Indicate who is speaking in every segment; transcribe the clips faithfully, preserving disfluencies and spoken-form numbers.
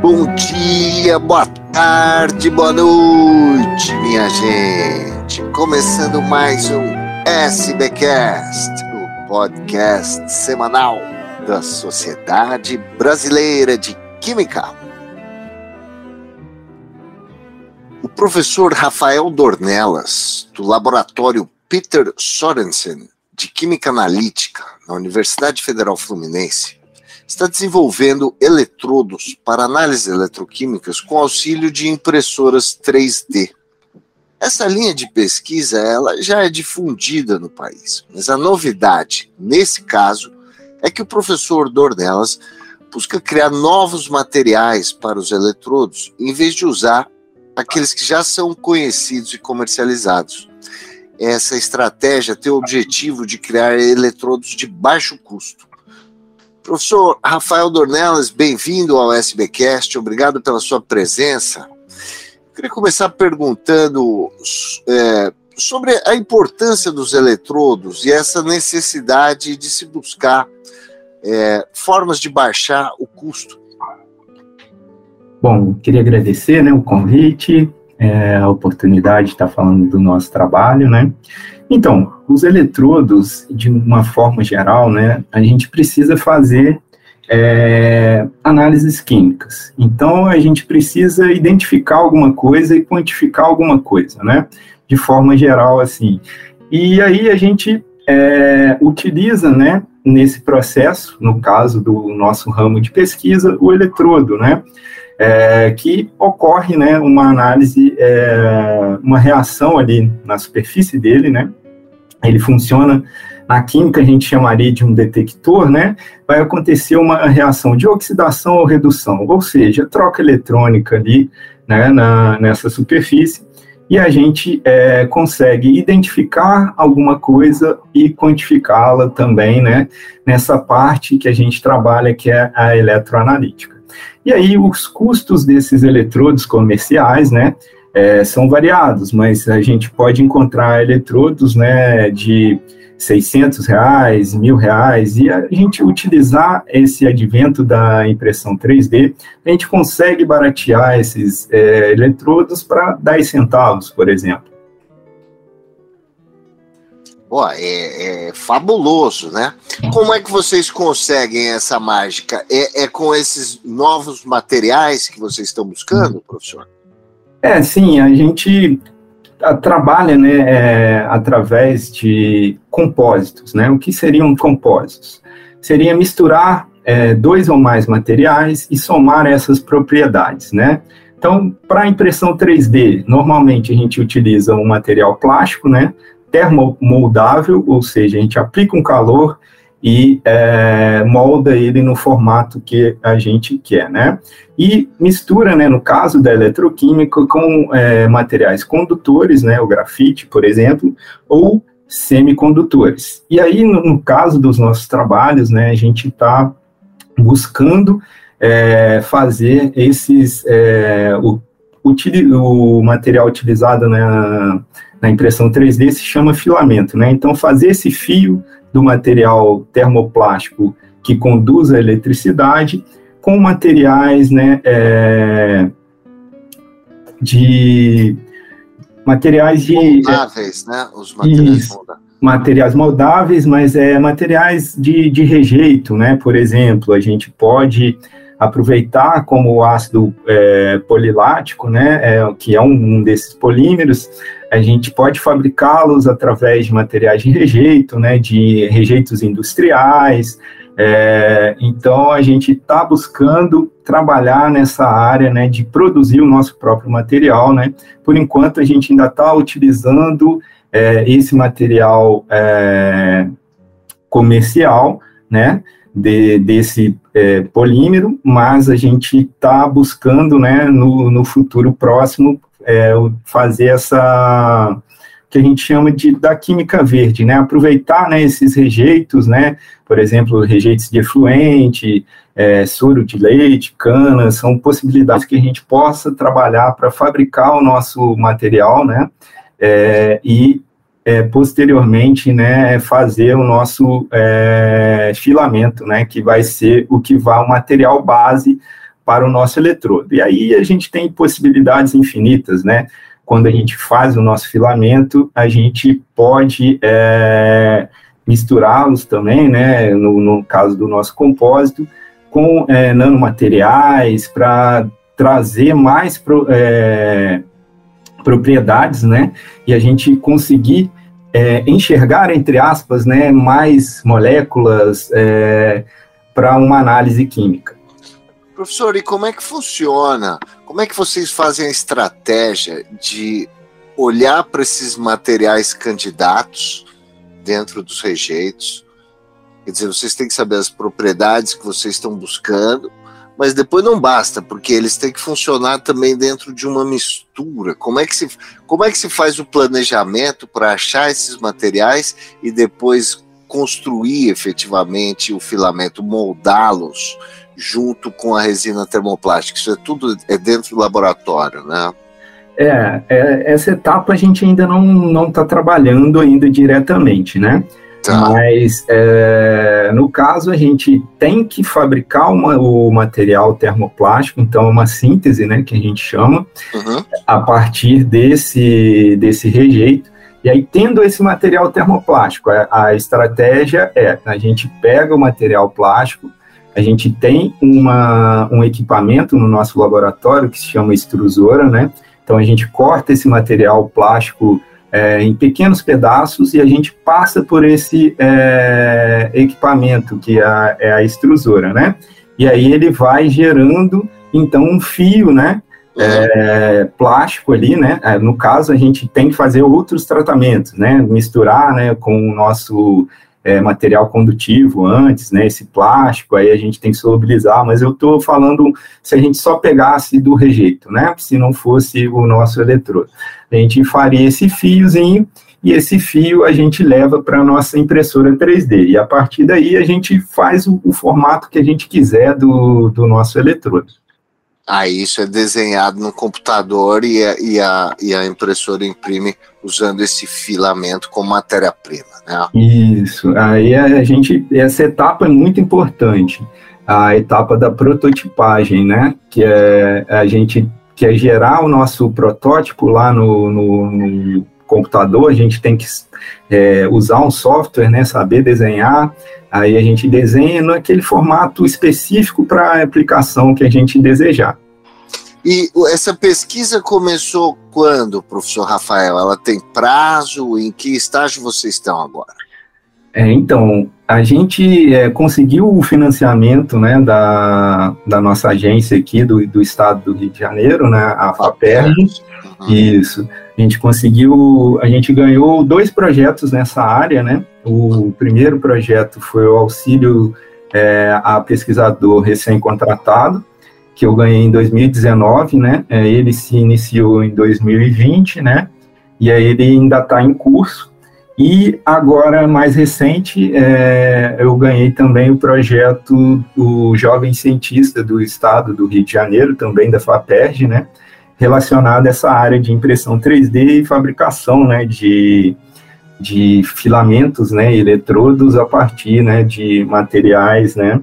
Speaker 1: Bom dia, boa tarde, boa noite, minha gente. Começando mais um SBcast, o podcast semanal da Sociedade Brasileira de Química. O professor Rafael Dornelas, do laboratório Peter Sorensen, de Química Analítica, na Universidade Federal Fluminense, está desenvolvendo eletrodos para análises eletroquímicas com auxílio de impressoras três D. Essa linha de pesquisa ela já é difundida no país, mas a novidade, nesse caso, é que o professor Dornelas busca criar novos materiais para os eletrodos, em vez de usar aqueles que já são conhecidos e comercializados. Essa estratégia tem o objetivo de criar eletrodos de baixo custo. Professor Rafael Dornelas, bem-vindo ao SBcast, obrigado pela sua presença. Eu queria começar perguntando é, sobre a importância dos eletrodos e essa necessidade de se buscar é, formas de baixar o custo.
Speaker 2: Bom, queria agradecer, né, o convite, é, a oportunidade de estar falando do nosso trabalho, né? Então, os eletrodos, de uma forma geral, né, a gente precisa fazer é, análises químicas. Então, a gente precisa identificar alguma coisa e quantificar alguma coisa, né, de forma geral, assim. E aí a gente é, utiliza, né, nesse processo, no caso do nosso ramo de pesquisa, o eletrodo, né, É, que ocorre, né, uma análise, é, uma reação ali na superfície dele, né, ele funciona, na química a gente chamaria de um detector, né, vai acontecer uma reação de oxidação ou redução, ou seja, troca eletrônica ali, né, na, nessa superfície, e a gente é, consegue identificar alguma coisa e quantificá-la também, né, nessa parte que a gente trabalha, que é a eletroanalítica. E aí os custos desses eletrodos comerciais, né, é, são variados, mas a gente pode encontrar eletrodos, né, de seiscentos reais, mil reais, e a gente utilizar esse advento da impressão três D, a gente consegue baratear esses é, eletrodos para dez centavos, por exemplo.
Speaker 1: Pô, é, é fabuloso, né? Como é que vocês conseguem essa mágica? É, é com esses novos materiais que vocês estão buscando, professor?
Speaker 2: É, sim, a gente a, trabalha, né, é, através de compósitos, né? O que seriam compósitos? Seria misturar é, dois ou mais materiais e somar essas propriedades, né? Então, para a impressão três D, normalmente a gente utiliza um material plástico, né, termomoldável, ou seja, a gente aplica um calor e é, molda ele no formato que a gente quer, né? E mistura, né, no caso da eletroquímica, com é, materiais condutores, né, o grafite, por exemplo, ou semicondutores. E aí, no, no caso dos nossos trabalhos, né, a gente está buscando é, fazer esses, é, o, utili- o material utilizado na, na impressão três D se chama filamento, né? Então, fazer esse fio do material termoplástico que conduz a eletricidade com materiais, né, é, de materiais de
Speaker 1: moldáveis, né? Os materiais
Speaker 2: isso,
Speaker 1: moldáveis.
Speaker 2: Materiais moldáveis, mas é materiais de, de rejeito, né? Por exemplo, a gente pode aproveitar como o ácido é, polilático, né, é, que é um, um desses polímeros, a gente pode fabricá-los através de materiais de rejeito, né, de rejeitos industriais. É, então, a gente está buscando trabalhar nessa área, né, de produzir o nosso próprio material, né. Por enquanto, a gente ainda está utilizando é, esse material é, comercial, né, de, desse é, polímero, mas a gente está buscando, né, no, no futuro próximo, é, fazer essa, que a gente chama de, da química verde, né, aproveitar, né, esses rejeitos, né, por exemplo, rejeitos de efluente, é, soro de leite, cana, são possibilidades que a gente possa trabalhar para fabricar o nosso material, né, é, e É, posteriormente, né, fazer o nosso é, filamento, né, que vai ser o que vai o material base para o nosso eletrodo. E aí a gente tem possibilidades infinitas, né? Quando a gente faz o nosso filamento, a gente pode é, misturá-los também, né? No, no caso do nosso compósito, com é, nanomateriais para trazer mais pro, é, propriedades, né? E a gente conseguir é, enxergar, entre aspas, né, mais moléculas é, para uma análise química.
Speaker 1: Professor, e como é que funciona? Como é que vocês fazem a estratégia de olhar para esses materiais candidatos dentro dos rejeitos? Quer dizer, vocês têm que saber as propriedades que vocês estão buscando, mas depois não basta, porque eles têm que funcionar também dentro de uma mistura. Como é que se, como é que se faz o planejamento para achar esses materiais e depois construir efetivamente o filamento, moldá-los junto com a resina termoplástica? Isso é tudo é dentro do laboratório, né?
Speaker 2: É, é essa etapa a gente ainda não não está trabalhando ainda diretamente, né? Tá. Mas, é, no caso, a gente tem que fabricar uma, o material termoplástico, então é uma síntese, né, que a gente chama, uhum. a partir desse, desse rejeito. E aí, tendo esse material termoplástico, a, a estratégia é, a gente pega o material plástico, a gente tem uma, um equipamento no nosso laboratório que se chama extrusora, né? Então, a gente corta esse material plástico É, em pequenos pedaços e a gente passa por esse é, equipamento que é a, é a extrusora, né? E aí ele vai gerando, então, um fio, né? É, plástico ali, né? No caso, a gente tem que fazer outros tratamentos, né? Misturar, né, com o nosso é, material condutivo antes, né? Esse plástico, aí a gente tem que solubilizar, mas eu estou falando se a gente só pegasse do rejeito, né? Se não fosse o nosso eletrodo. A gente faria esse fiozinho e esse fio a gente leva para a nossa impressora três D. E a partir daí a gente faz o, o formato que a gente quiser do, do nosso eletrodo.
Speaker 1: Ah, isso é desenhado no computador e a, e, a, e a impressora imprime usando esse filamento como matéria-prima, né?
Speaker 2: Isso. Aí a gente, essa etapa é muito importante. A etapa da prototipagem, né? Que é a gente que é gerar o nosso protótipo lá no, no, no computador, a gente tem que é, usar um software, né, saber desenhar, aí a gente desenha naquele formato específico para a aplicação que a gente desejar.
Speaker 1: E essa pesquisa começou quando, professor Rafael? Ela tem prazo? Em que estágio vocês estão agora?
Speaker 2: É, então, a gente é, conseguiu o financiamento, né, da, da nossa agência aqui do, do estado do Rio de Janeiro, né, a FAPERJ. Uhum. Isso. A gente conseguiu, a gente ganhou dois projetos nessa área, né? O primeiro projeto foi o auxílio é, a pesquisador recém-contratado, que eu ganhei em dois mil e dezenove, né? É, ele se iniciou em dois mil e vinte, né? E aí ele ainda está em curso. E agora, mais recente, é, eu ganhei também o projeto do Jovem Cientista do Estado do Rio de Janeiro, também da FAPERJ, né, relacionado a essa área de impressão três D e fabricação, né, de, de filamentos, né, eletrodos a partir, né, de materiais, né,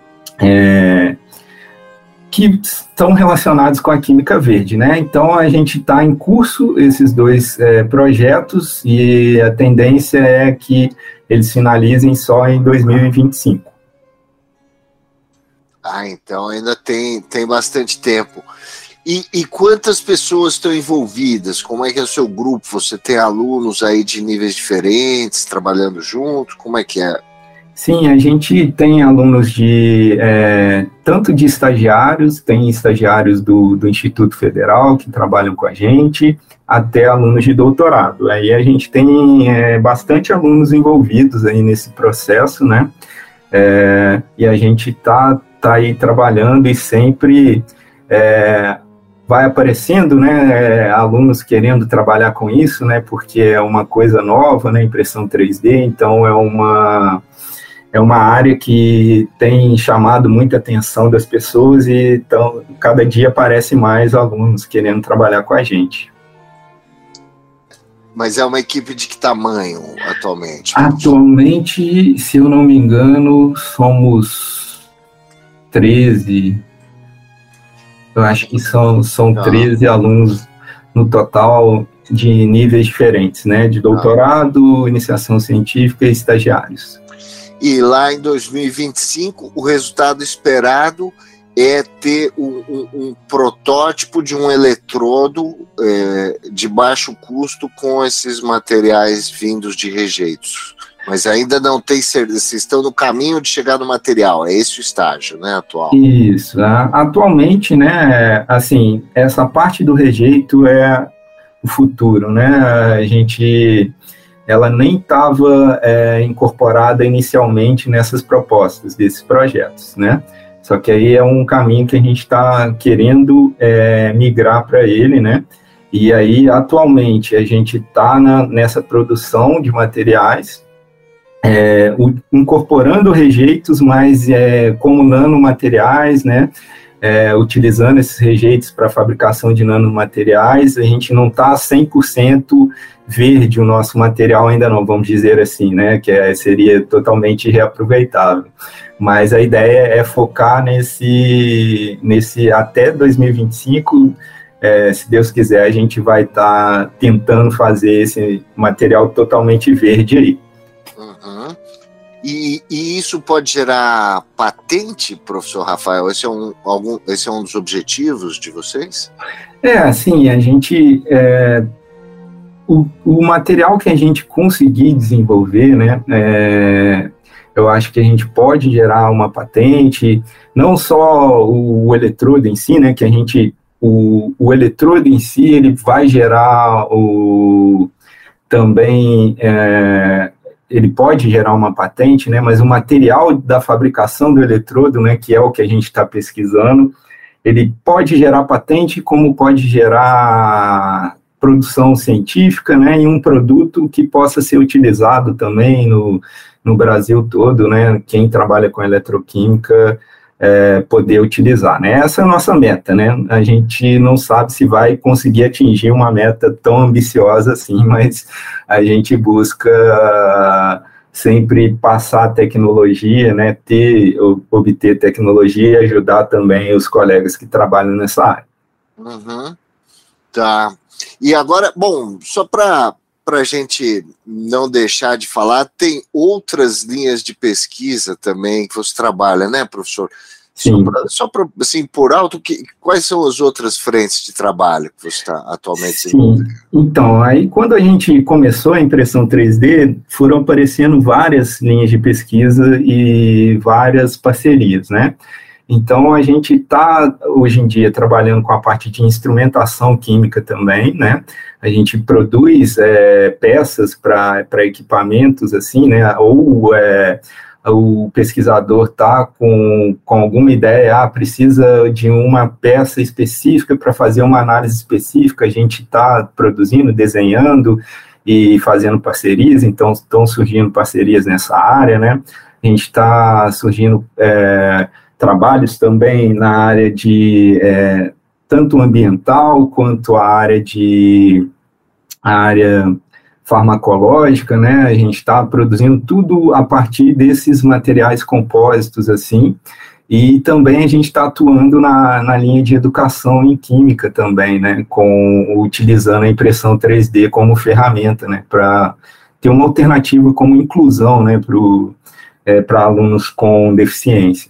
Speaker 2: é, que estão relacionados com a química verde, né? Então, a gente está em curso esses dois é, projetos e a tendência é que eles finalizem só em dois mil e vinte e cinco.
Speaker 1: Ah, então ainda tem, tem bastante tempo. E, e quantas pessoas estão envolvidas? Como é que é o seu grupo? Você tem alunos aí de níveis diferentes, trabalhando junto? Como é que é?
Speaker 2: Sim, a gente tem alunos de, é, tanto de estagiários, tem estagiários do, do Instituto Federal que trabalham com a gente, até alunos de doutorado. Aí a gente tem é, bastante alunos envolvidos aí nesse processo, né? É, e a gente está tá aí trabalhando e sempre é, vai aparecendo, né, alunos querendo trabalhar com isso, né, porque é uma coisa nova, né, impressão três D, então é uma... É uma área que tem chamado muita atenção das pessoas e então, cada dia aparece mais alunos querendo trabalhar com a gente.
Speaker 1: Mas é uma equipe de que tamanho atualmente?
Speaker 2: Atualmente, se eu não me engano, somos treze, Eu acho que são, são treze alunos no total de níveis diferentes, né? De doutorado, iniciação científica e estagiários.
Speaker 1: E lá em dois mil e vinte e cinco, o resultado esperado é ter um, um, um protótipo de um eletrodo é, de baixo custo com esses materiais vindos de rejeitos. Mas ainda não tem certeza, vocês estão no caminho de chegar no material, é esse o estágio, né, atual?
Speaker 2: Isso, atualmente, né, assim, essa parte do rejeito é o futuro, né, a gente, ela nem estava é, incorporada inicialmente nessas propostas desses projetos, né, só que aí é um caminho que a gente está querendo é, migrar para ele, né, e aí atualmente a gente está nessa produção de materiais, É, o, incorporando rejeitos, mas é, como nanomateriais, né, é, utilizando esses rejeitos para a fabricação de nanomateriais, a gente não está cem por cento verde o nosso material ainda não, vamos dizer assim, né, que é, seria totalmente reaproveitável. Mas a ideia é focar nesse, nesse até dois mil e vinte e cinco, é, se Deus quiser, a gente vai estar tá tentando fazer esse material totalmente verde aí.
Speaker 1: Uhum. E, e isso pode gerar patente, professor Rafael? Esse é um, algum, esse é um dos objetivos de vocês?
Speaker 2: É, assim, a gente... É, o, o material que a gente conseguir desenvolver, né, é, eu acho que a gente pode gerar uma patente, não só o, o eletrodo em si, né, que a gente... O, o eletrodo em si, ele vai gerar o, também... É, ele pode gerar uma patente, né, mas o material da fabricação do eletrodo, né, que é o que a gente está pesquisando, ele pode gerar patente, como pode gerar produção científica, né, em um produto que possa ser utilizado também no, no Brasil todo, né, quem trabalha com eletroquímica é, poder utilizar, né, essa é a nossa meta, né, a gente não sabe se vai conseguir atingir uma meta tão ambiciosa assim, mas a gente busca sempre passar tecnologia, né, ter, obter tecnologia e ajudar também os colegas que trabalham nessa área.
Speaker 1: Uhum. Tá. E agora, bom, só para para a gente não deixar de falar, tem outras linhas de pesquisa também que você trabalha, né, professor?
Speaker 2: Sim.
Speaker 1: Só para, assim, por alto, que, quais são as outras frentes de trabalho que você está atualmente
Speaker 2: Sim, então, aí quando a gente começou a impressão três D, foram aparecendo várias linhas de pesquisa e várias parcerias, né? Então, a gente está, hoje em dia, trabalhando com a parte de instrumentação química também, né? A gente produz é, peças para equipamentos, assim, né? Ou é, o pesquisador está com, com alguma ideia, ah, precisa de uma peça específica para fazer uma análise específica, a gente está produzindo, desenhando e fazendo parcerias, então estão surgindo parcerias nessa área, né? A gente está surgindo... É, trabalhos também na área de é, tanto ambiental quanto a área de a área farmacológica, né? A gente está produzindo tudo a partir desses materiais compósitos, assim, e também a gente está atuando na, na linha de educação em química também, né? Com, utilizando a impressão três D como ferramenta, né? Para ter uma alternativa como inclusão, né? Para é, alunos com deficiência.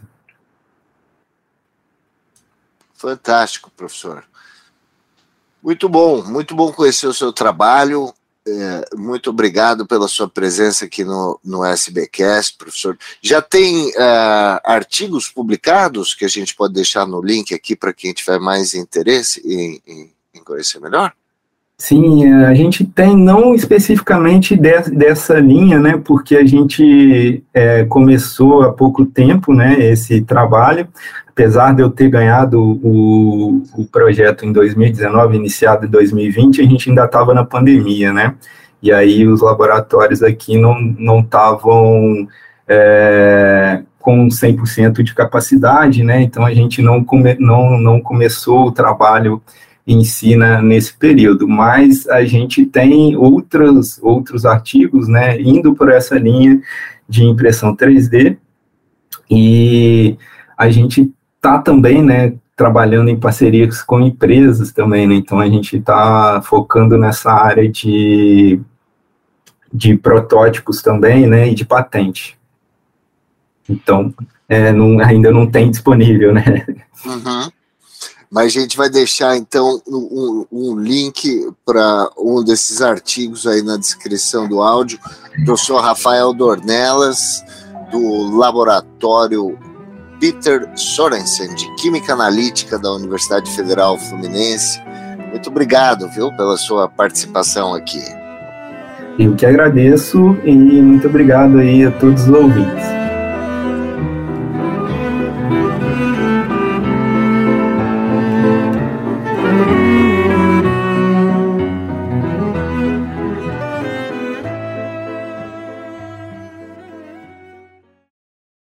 Speaker 1: Fantástico, professor. Muito bom, muito bom conhecer o seu trabalho. É, muito obrigado pela sua presença aqui no, no SBcast, professor. Já tem uh, artigos publicados que a gente pode deixar no link aqui para quem tiver mais interesse em, em, em conhecer melhor?
Speaker 2: Sim, a gente tem, não especificamente de, dessa linha, né, porque a gente é, começou há pouco tempo, né, esse trabalho, apesar de eu ter ganhado o, o projeto em dois mil e dezenove, iniciado em dois mil e vinte, a gente ainda estava na pandemia, né, e aí os laboratórios aqui não não estavam é, com cem por cento de capacidade, né, então a gente não, come, não, não começou o trabalho ensina nesse período, mas a gente tem outros, outros artigos, né, indo por essa linha de impressão três D, e a gente está também, né, trabalhando em parcerias com empresas também, né? Então a gente está focando nessa área de, de protótipos também, né? E de patente. Então, é, não, ainda não tem disponível, né?
Speaker 1: Uhum. Mas a gente vai deixar, então, um, um link para um desses artigos aí na descrição do áudio. Professor Rafael Dornelas, do laboratório Peter Sorensen, de Química Analítica da Universidade Federal Fluminense. Muito obrigado, viu, pela sua participação aqui.
Speaker 2: Eu que agradeço e muito obrigado aí a todos os ouvintes.